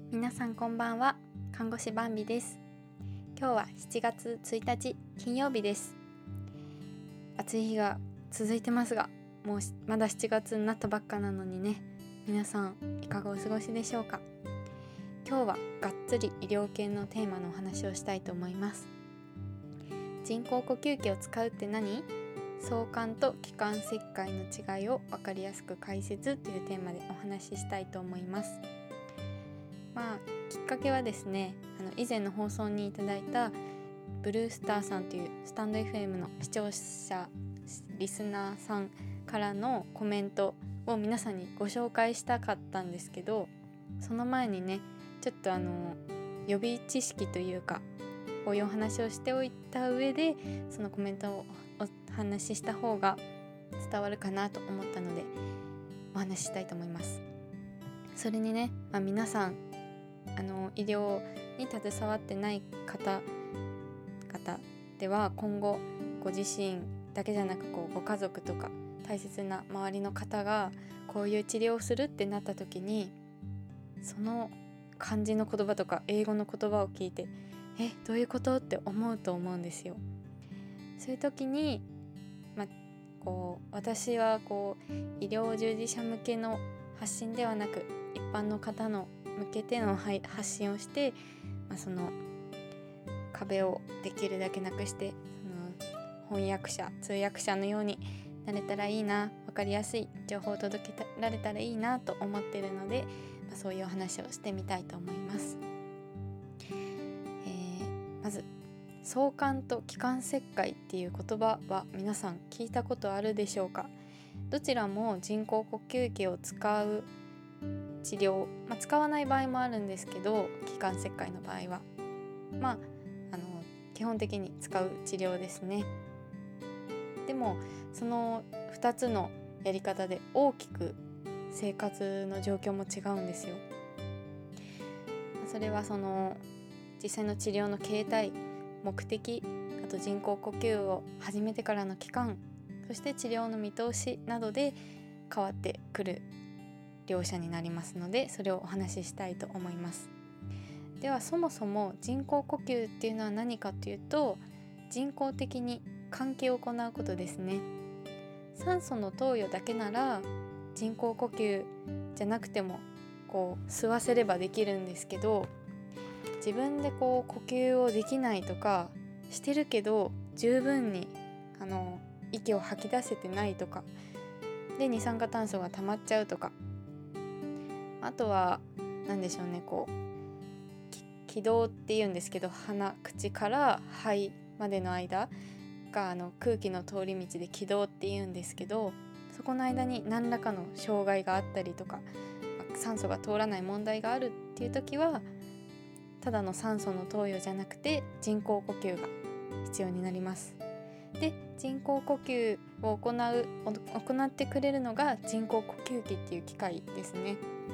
皆さんこんばんは。看護師バンビです。今日は7月1日金曜日です。暑い日が続いてますが、もうまだ7月になったばっかなのにね、皆さんいかがお過ごしでしょうか。今日はがっつり医療系のテーマのお話をしたいと思います。人工呼吸器を使うって何？挿管と気管切開の違いを分かりやすく解説というテーマでお話ししたいと思います。きっかけはですね、以前の放送にいただいたブルースターさんというスタンド FM の視聴者リスナーさんからのコメントを皆さんにご紹介したかったんですけど、その前にねちょっと予備知識というかこういうお話をしておいた上でそのコメントをお話しした方が伝わるかなと思ったのでお話ししたいと思います。それにね、皆さん医療に携わってない方々では今後ご自身だけじゃなくご家族とか大切な周りの方がこういう治療をするってなった時にその漢字の言葉とか英語の言葉を聞いてどういうことって思うと思うんですよ。そういう時に、私は医療従事者向けの発信ではなく一般の方の向けての発信をして、その壁をできるだけなくしてその翻訳者通訳者のようになれたらいいな、分かりやすい情報を届けられたらいいなと思っているので、そういうお話をしてみたいと思います。まず挿管と気管切開っていう言葉は皆さん聞いたことあるでしょうか。どちらも人工呼吸器を使う治療、使わない場合もあるんですけど、気管切開の場合は基本的に使う治療ですね。でもその2つのやり方で大きく生活の状況も違うんですよ。それはその実際の治療の形態、目的、あと人工呼吸を始めてからの期間、そして治療の見通しなどで変わってくる両者になりますので、それをお話ししたいと思います。ではそもそも人工呼吸っていうのは何かというと、人工的に換気を行うことですね。酸素の投与だけなら人工呼吸じゃなくても吸わせればできるんですけど、自分で呼吸をできないとかしてるけど十分に息を吐き出せてないとかで二酸化炭素が溜まっちゃうとか、あとは何でしょうね、気道っていうんですけど、鼻口から肺までの間が空気の通り道で気道っていうんですけど、そこの間に何らかの障害があったりとか酸素が通らない問題があるっていう時はただの酸素の投与じゃなくて人工呼吸が必要になります。で、人工呼吸を行ってくれるのが人工呼吸器っていう機械ですね。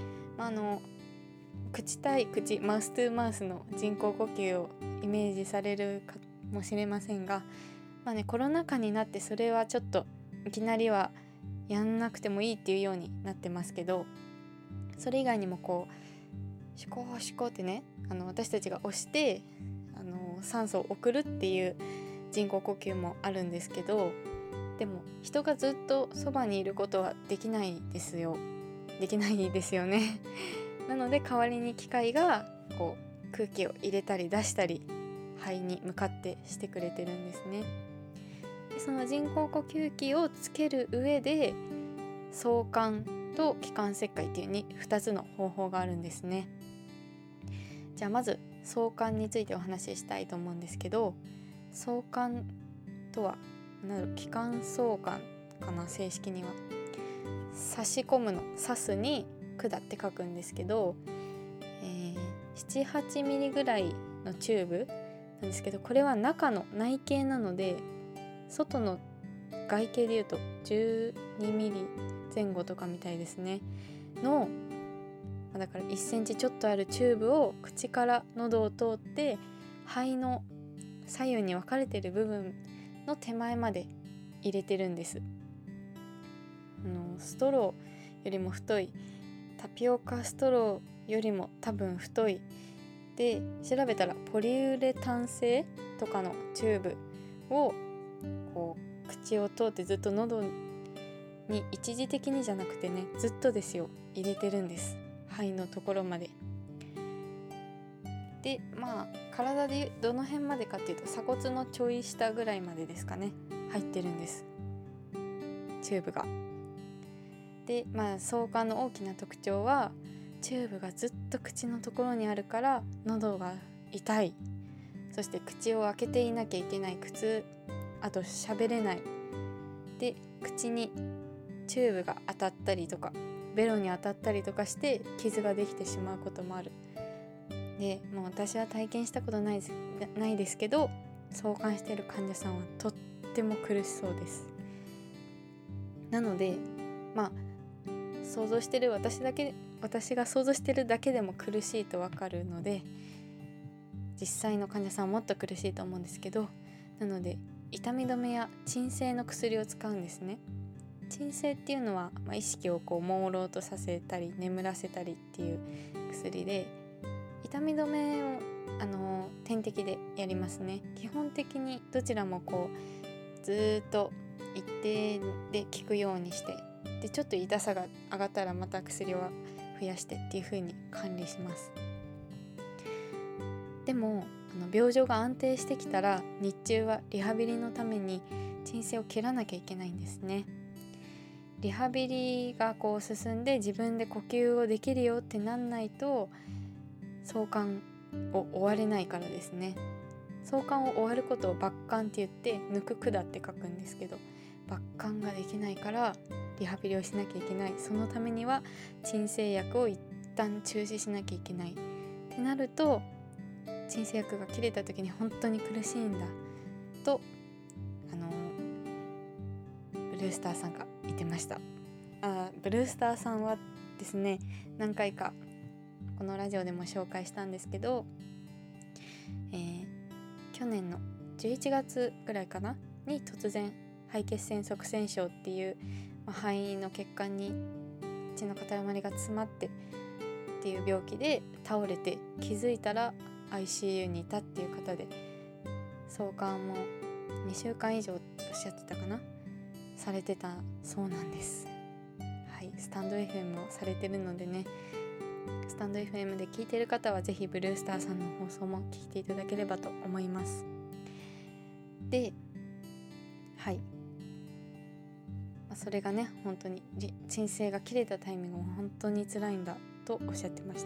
口対口、マウストゥーマウスの人工呼吸をイメージされるかもしれませんが、コロナ禍になってそれはちょっといきなりはやんなくてもいいっていうようになってますけど、それ以外にもシュコーシュコーってね、私たちが押して酸素を送るっていう人工呼吸もあるんですけど、でも人がずっとそばにいることはできないですよねなので代わりに機械が空気を入れたり出したり肺に向かってしてくれてるんですね。でその人工呼吸器をつける上で挿管と気管切開っていう2つの方法があるんですね。じゃあまず挿管についてお話ししたいと思うんですけど、挿管とは気管挿管かな、正式には差し込むの刺すに管って書くんですけど、7-8 ミリぐらいのチューブなんですけど、これは中の内径なので外の外径でいうと12ミリ前後とかみたいですねの、だから1センチちょっとあるチューブを口から喉を通って肺の左右に分かれている部分の手前まで入れてるんです。ストローよりも太いタピオカストローよりも多分太いで、調べたらポリウレタン製とかのチューブをこう口を通ってずっと喉に一時的にじゃなくてね、ずっとですよ入れてるんです。肺のところまで。で体でどの辺までかっていうと鎖骨のちょい下ぐらいまでですかね、入ってるんです、チューブが。で創刊の大きな特徴は、チューブがずっと口のところにあるから喉が痛い、そして口を開けていなきゃいけない、あと喋れないで、口にチューブが当たったりとかベロに当たったりとかして傷ができてしまうこともある。でもう私は体験したことないですけど、創刊している患者さんはとっても苦しそうです。なので想像してる私が想像してるだけでも苦しいとわかるので、実際の患者さんはもっと苦しいと思うんですけど、なので痛み止めや鎮静の薬を使うんですね。鎮静っていうのは、意識をこう朦朧とさせたり眠らせたりっていう薬で、痛み止めを点滴でやりますね。基本的にどちらもこうずっと一定で効くようにして、でちょっと痛さが上がったらまた薬を増やしてっていう風に管理します。でも病状が安定してきたら、日中はリハビリのために鎮静を切らなきゃいけないんですね。リハビリがこう進んで自分で呼吸をできるよってなんないと創刊を終われないからですね。創刊を終わることを抜管って言って、抜く管って書くんですけど、抜管ができないからリハビリをしなきゃいけない。そのためには鎮静薬を一旦中止しなきゃいけないってなると、鎮静薬が切れた時に本当に苦しいんだとブルースターさんが言ってました。ブルースターさんはですね、何回かこのラジオでも紹介したんですけど、去年の11月ぐらいかなに突然肺血栓塞栓症っていう、肺の血管に血の塊が詰まってっていう病気で倒れて、気づいたら ICU にいたっていう方で、創刊も2週間以上おっしゃってたかな、されてたそうなんです。はい、スタンド FM をされてるのでね、スタンド FM で聞いてる方はぜひブルースターさんの放送も聞いていただければと思います。で、はい、それがね、本当に鎮静が切れたタイミングも本当に辛いんだとおっしゃってました。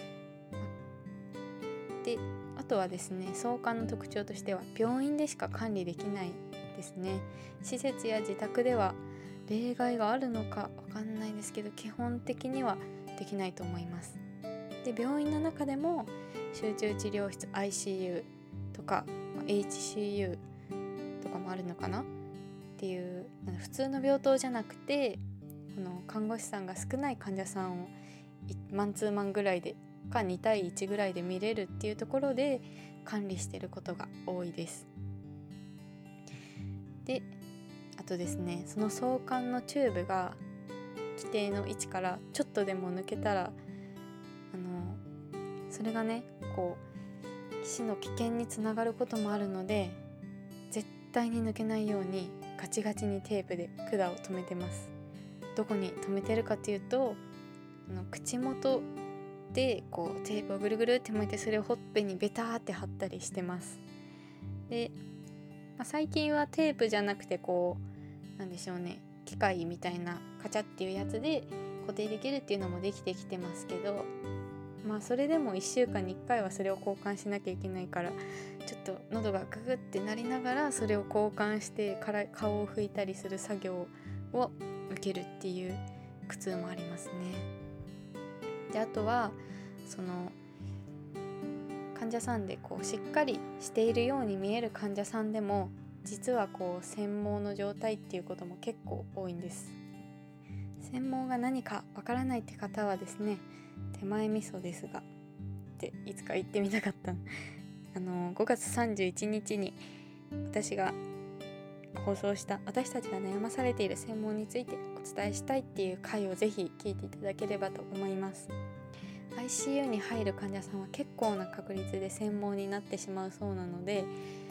で、あとはですね、創刊の特徴としては病院でしか管理できないですね。施設や自宅では例外があるのかわかんないですけど、基本的にはできないと思います。で、病院の中でも集中治療室 ICU とか HCU とかもあるのかなっていう、普通の病棟じゃなくて、この看護師さんが少ない患者さんをマンツーマンぐらいでか2対1ぐらいで見れるっていうところで管理していることが多いです。で、あとですね、その創刊のチューブが規定の位置からちょっとでも抜けたら、それがね、こう死の危険につながることもあるので、絶対に抜けないようにガチガチにテープで管を留めてます。どこに留めてるかというと、口元でこうテープをぐるぐるって巻いて、それをほっぺにベターって貼ったりしてます。で、最近はテープじゃなくてこうなんでしょうね、機械みたいなカチャっていうやつで固定できるっていうのもできてきてますけど、それでも1週間に1回はそれを交換しなきゃいけないから、ちょっと喉がググってなりながらそれを交換してから顔を拭いたりする作業を受けるっていう苦痛もありますね。で、あとはその患者さんでこうしっかりしているように見える患者さんでも、実はこう繊毛の状態っていうことも結構多いんです。繊毛が何かわからないって方はですね、手前味噌ですがっていつか言ってみたかった5月31日に私が放送した私たちが悩まされている繊毛についてお伝えしたいっていう回をぜひ聞いていただければと思います。 ICU に入る患者さんは結構な確率で専門になってしまうそうなので、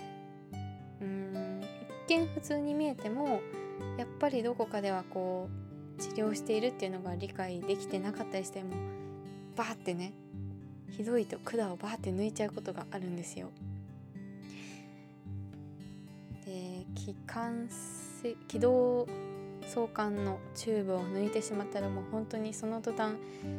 一見普通に見えてもやっぱりどこかではこう治療しているっていうのが理解できてなかったりしても、バーってね、ひどいと管をバーって抜いちゃうことがあるんですよ。で、気道相関のチューブを抜いてしまったら、もう本当にその途端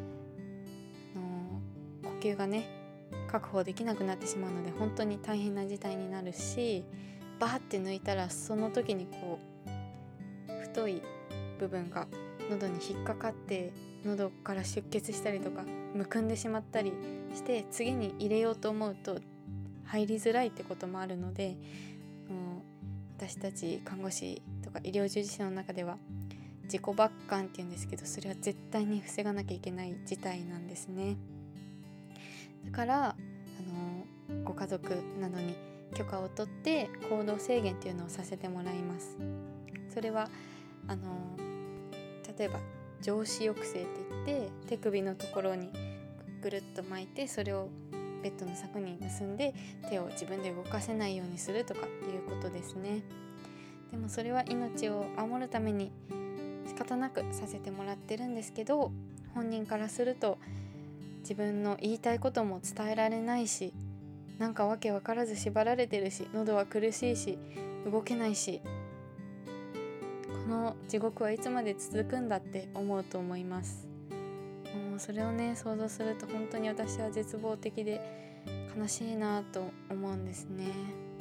呼吸がね確保できなくなってしまうので、本当に大変な事態になるし、バーって抜いたらその時にこう太い部分が喉に引っかかって喉から出血したりとかむくんでしまったりして、次に入れようと思うと入りづらいってこともあるので、私たち看護師とか医療従事者の中では自己抜管っていうんですけど、それは絶対に防がなきゃいけない事態なんですね。だからご家族などに許可を取って行動制限っていうのをさせてもらいます。それは例えば上肢抑制って言って、手首のところにぐるっと巻いて、それをベッドの柵に結んで手を自分で動かせないようにするとかいうことですね。でもそれは命を守るために仕方なくさせてもらってるんですけど、本人からすると自分の言いたいことも伝えられないし、なんかわけわからず縛られてるし、喉は苦しいし動けないし、この地獄はいつまで続くんだって思うと思います。もうそれをね想像すると本当に私は絶望的で悲しいなと思うんですね。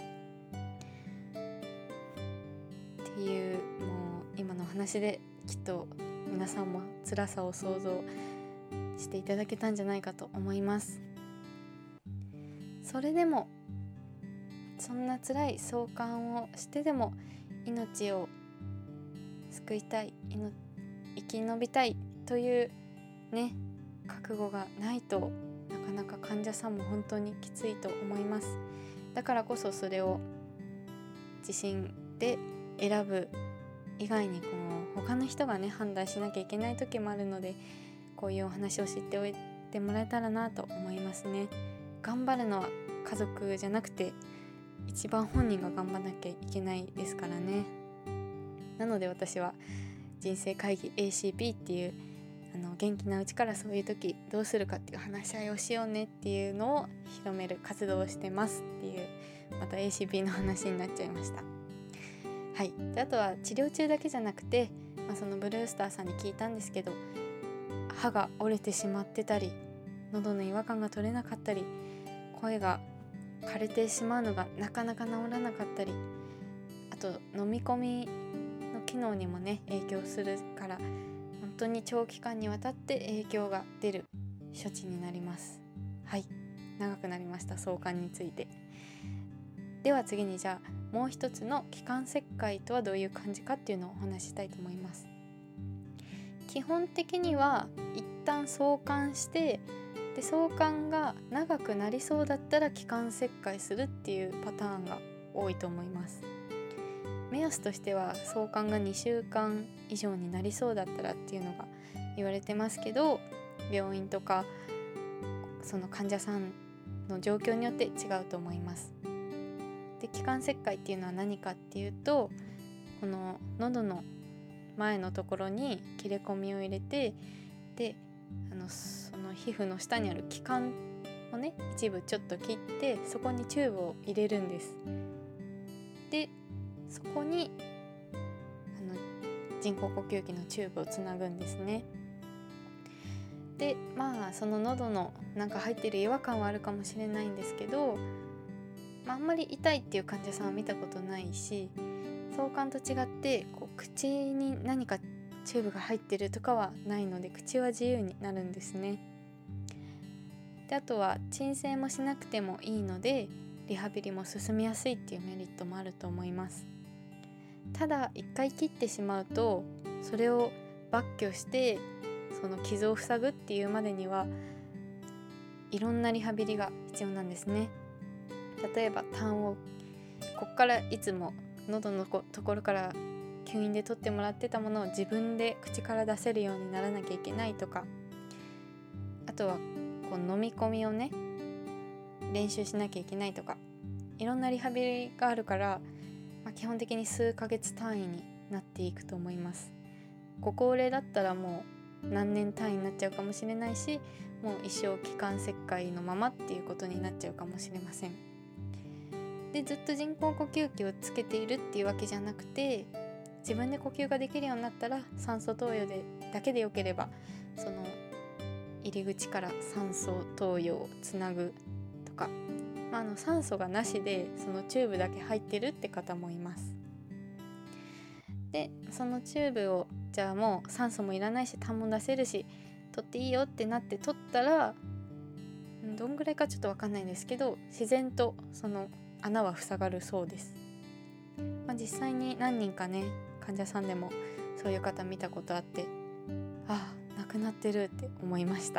っていう、もう今の話できっと皆さんも辛さを想像していただけたんじゃないかと思います。それでもそんな辛い相関をしてでも命を救いたい、生き延びたいというね覚悟がないと、なかなか患者さんも本当にきついと思います。だからこそそれを自身で選ぶ以外に他の人がね判断しなきゃいけない時もあるので、こういうお話を知っておいてもらえたらなと思いますね。頑張るのは家族じゃなくて一番本人が頑張らなきゃいけないですからね。なので私は人生会議 ACP っていう元気なうちからそういう時どうするかっていう話し合いをしようねっていうのを広める活動をしてますっていう、また ACP の話になっちゃいました。はい。であとは治療中だけじゃなくて、そのブルースターさんに聞いたんですけど、歯が折れてしまってたり、喉の違和感が取れなかったり、声が枯れてしまうのがなかなか治らなかったり、あと飲み込みの機能にもね影響するから、本当に長期間にわたって影響が出る処置になります。はい、長くなりました、相関について。では次に、じゃあもう一つの気管切開とはどういう感じかっていうのをお話ししたいと思います。基本的には一旦相関して、で相関が長くなりそうだったら気管切開するっていうパターンが多いと思います。目安としては相関が2週間以上になりそうだったらっていうのが言われてますけど、病院とかその患者さんの状況によって違うと思います。で、気管切開っていうのは何かっていうと、この喉の前のところに切れ込みを入れて、でその皮膚の下にある気管をね一部ちょっと切って、そこにチューブを入れるんです。でそこに人工呼吸器のチューブをつなぐんですね。でその喉のなんか入ってる違和感はあるかもしれないんですけど、あんまり痛いっていう患者さんは見たことないし、相関と違って口に何かチューブが入ってるとかはないので、口は自由になるんですね。であとは鎮静もしなくてもいいので、リハビリも進みやすいっていうメリットもあると思います。ただ一回切ってしまうと、それを抜去してその傷を塞ぐっていうまでにはいろんなリハビリが必要なんですね。例えば痰をこっからいつも喉のところから吸引で取ってもらってたものを自分で口から出せるようにならなきゃいけないとか、あとはこう飲み込みをね練習しなきゃいけないとか、いろんなリハビリがあるから、基本的に数ヶ月単位になっていくと思います。ご高齢だったらもう何年単位になっちゃうかもしれないし、もう一生気管切開のままっていうことになっちゃうかもしれません。で、ずっと人工呼吸器をつけているっていうわけじゃなくて、自分で呼吸ができるようになったら酸素投与だけでよければ、その入り口から酸素投与をつなぐとか、酸素がなしでそのチューブだけ入ってるって方もいます。で、そのチューブをじゃあもう酸素もいらないし痰も出せるし取っていいよってなって取ったら、どんぐらいかちょっと分かんないんですけど、自然とその穴は塞がるそうです。実際に何人かね、患者さんでもそういう方見たことあって、なくなってるって思いました。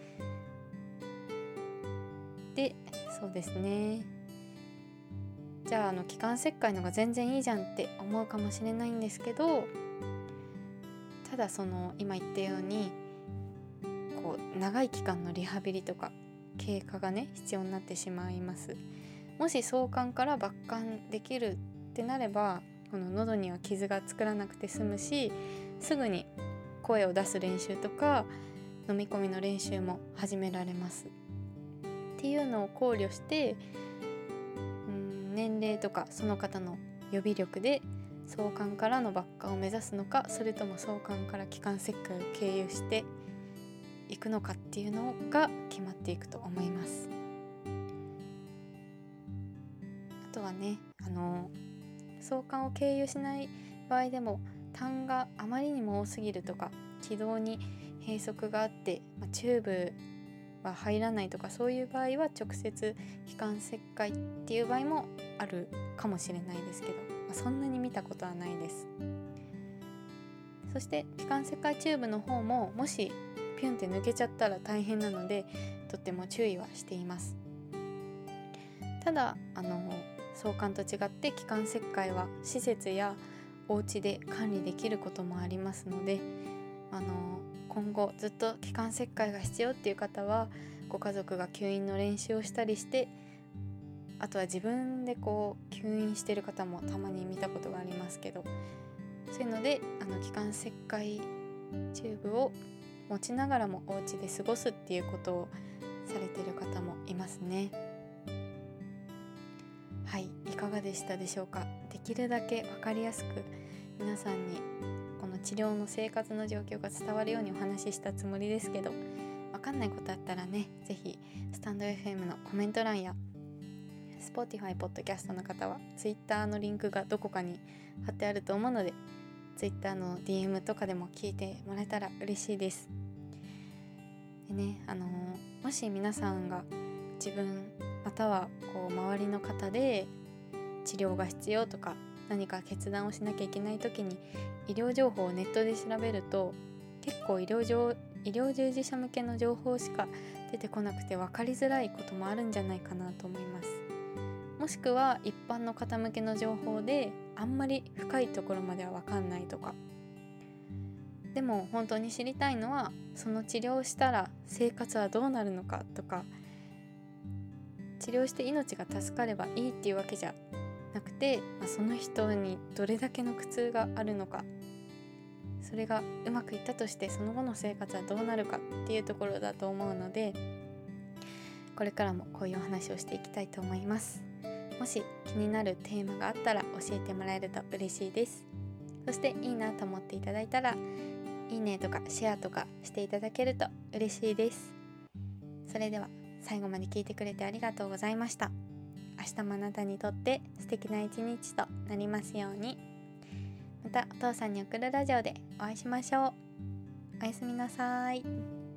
で、そうですね、じゃあ気管切開のが全然いいじゃんって思うかもしれないんですけど、ただその今言ったようにこう長い期間のリハビリとか経過がね必要になってしまいます。もし挿管から抜管できるってなれば、この喉には傷が作らなくて済むし、すぐに声を出す練習とか飲み込みの練習も始められますっていうのを考慮して、年齢とかその方の予備力で挿管からの抜管を目指すのか、それとも挿管から気管切開を経由していくのかっていうのが決まっていくと思います。あとはね、挿管を経由しない場合でも痰があまりにも多すぎるとか、気道に閉塞があって、チューブは入らないとか、そういう場合は直接気管切開っていう場合もあるかもしれないですけど、そんなに見たことはないです。そして気管切開チューブの方ももしピュンって抜けちゃったら大変なので、とっても注意はしています。ただ挿管と違って気管切開は施設やお家で管理できることもありますので、今後ずっと気管切開が必要っていう方は、ご家族が吸引の練習をしたりして、あとは自分でこう吸引してる方もたまに見たことがありますけど、そういうので気管切開チューブを持ちながらもお家で過ごすっていうことをされてる方もいますね。はい、いかがでしたでしょうか。できるだけ分かりやすく皆さんにこの治療の生活の状況が伝わるようにお話ししたつもりですけど、分かんないことあったらね、ぜひスタンド FM のコメント欄や Spotify ポッドキャストの方は Twitter のリンクがどこかに貼ってあると思うので、Twitter の DM とかでも聞いてもらえたら嬉しいです。でね、もし皆さんが自分またはこう周りの方で治療が必要とか何か決断をしなきゃいけない時に医療情報をネットで調べると、結構医療従事者向けの情報しか出てこなくて分かりづらいこともあるんじゃないかなと思います。もしくは一般の方向けの情報であんまり深いところまでは分かんないとか。でも本当に知りたいのは、その治療をしたら生活はどうなるのかとか、治療して命が助かればいいっていうわけじゃなくて、その人にどれだけの苦痛があるのか、それがうまくいったとしてその後の生活はどうなるかっていうところだと思うので、これからもこういうお話をしていきたいと思います。もし気になるテーマがあったら教えてもらえると嬉しいです。そしていいなと思っていただいたらいいねとかシェアとかしていただけると嬉しいです。それでは最後まで聞いてくれてありがとうございました。明日もあなたにとって素敵な一日となりますように。またお父さんに送るラジオでお会いしましょう。おやすみなさい。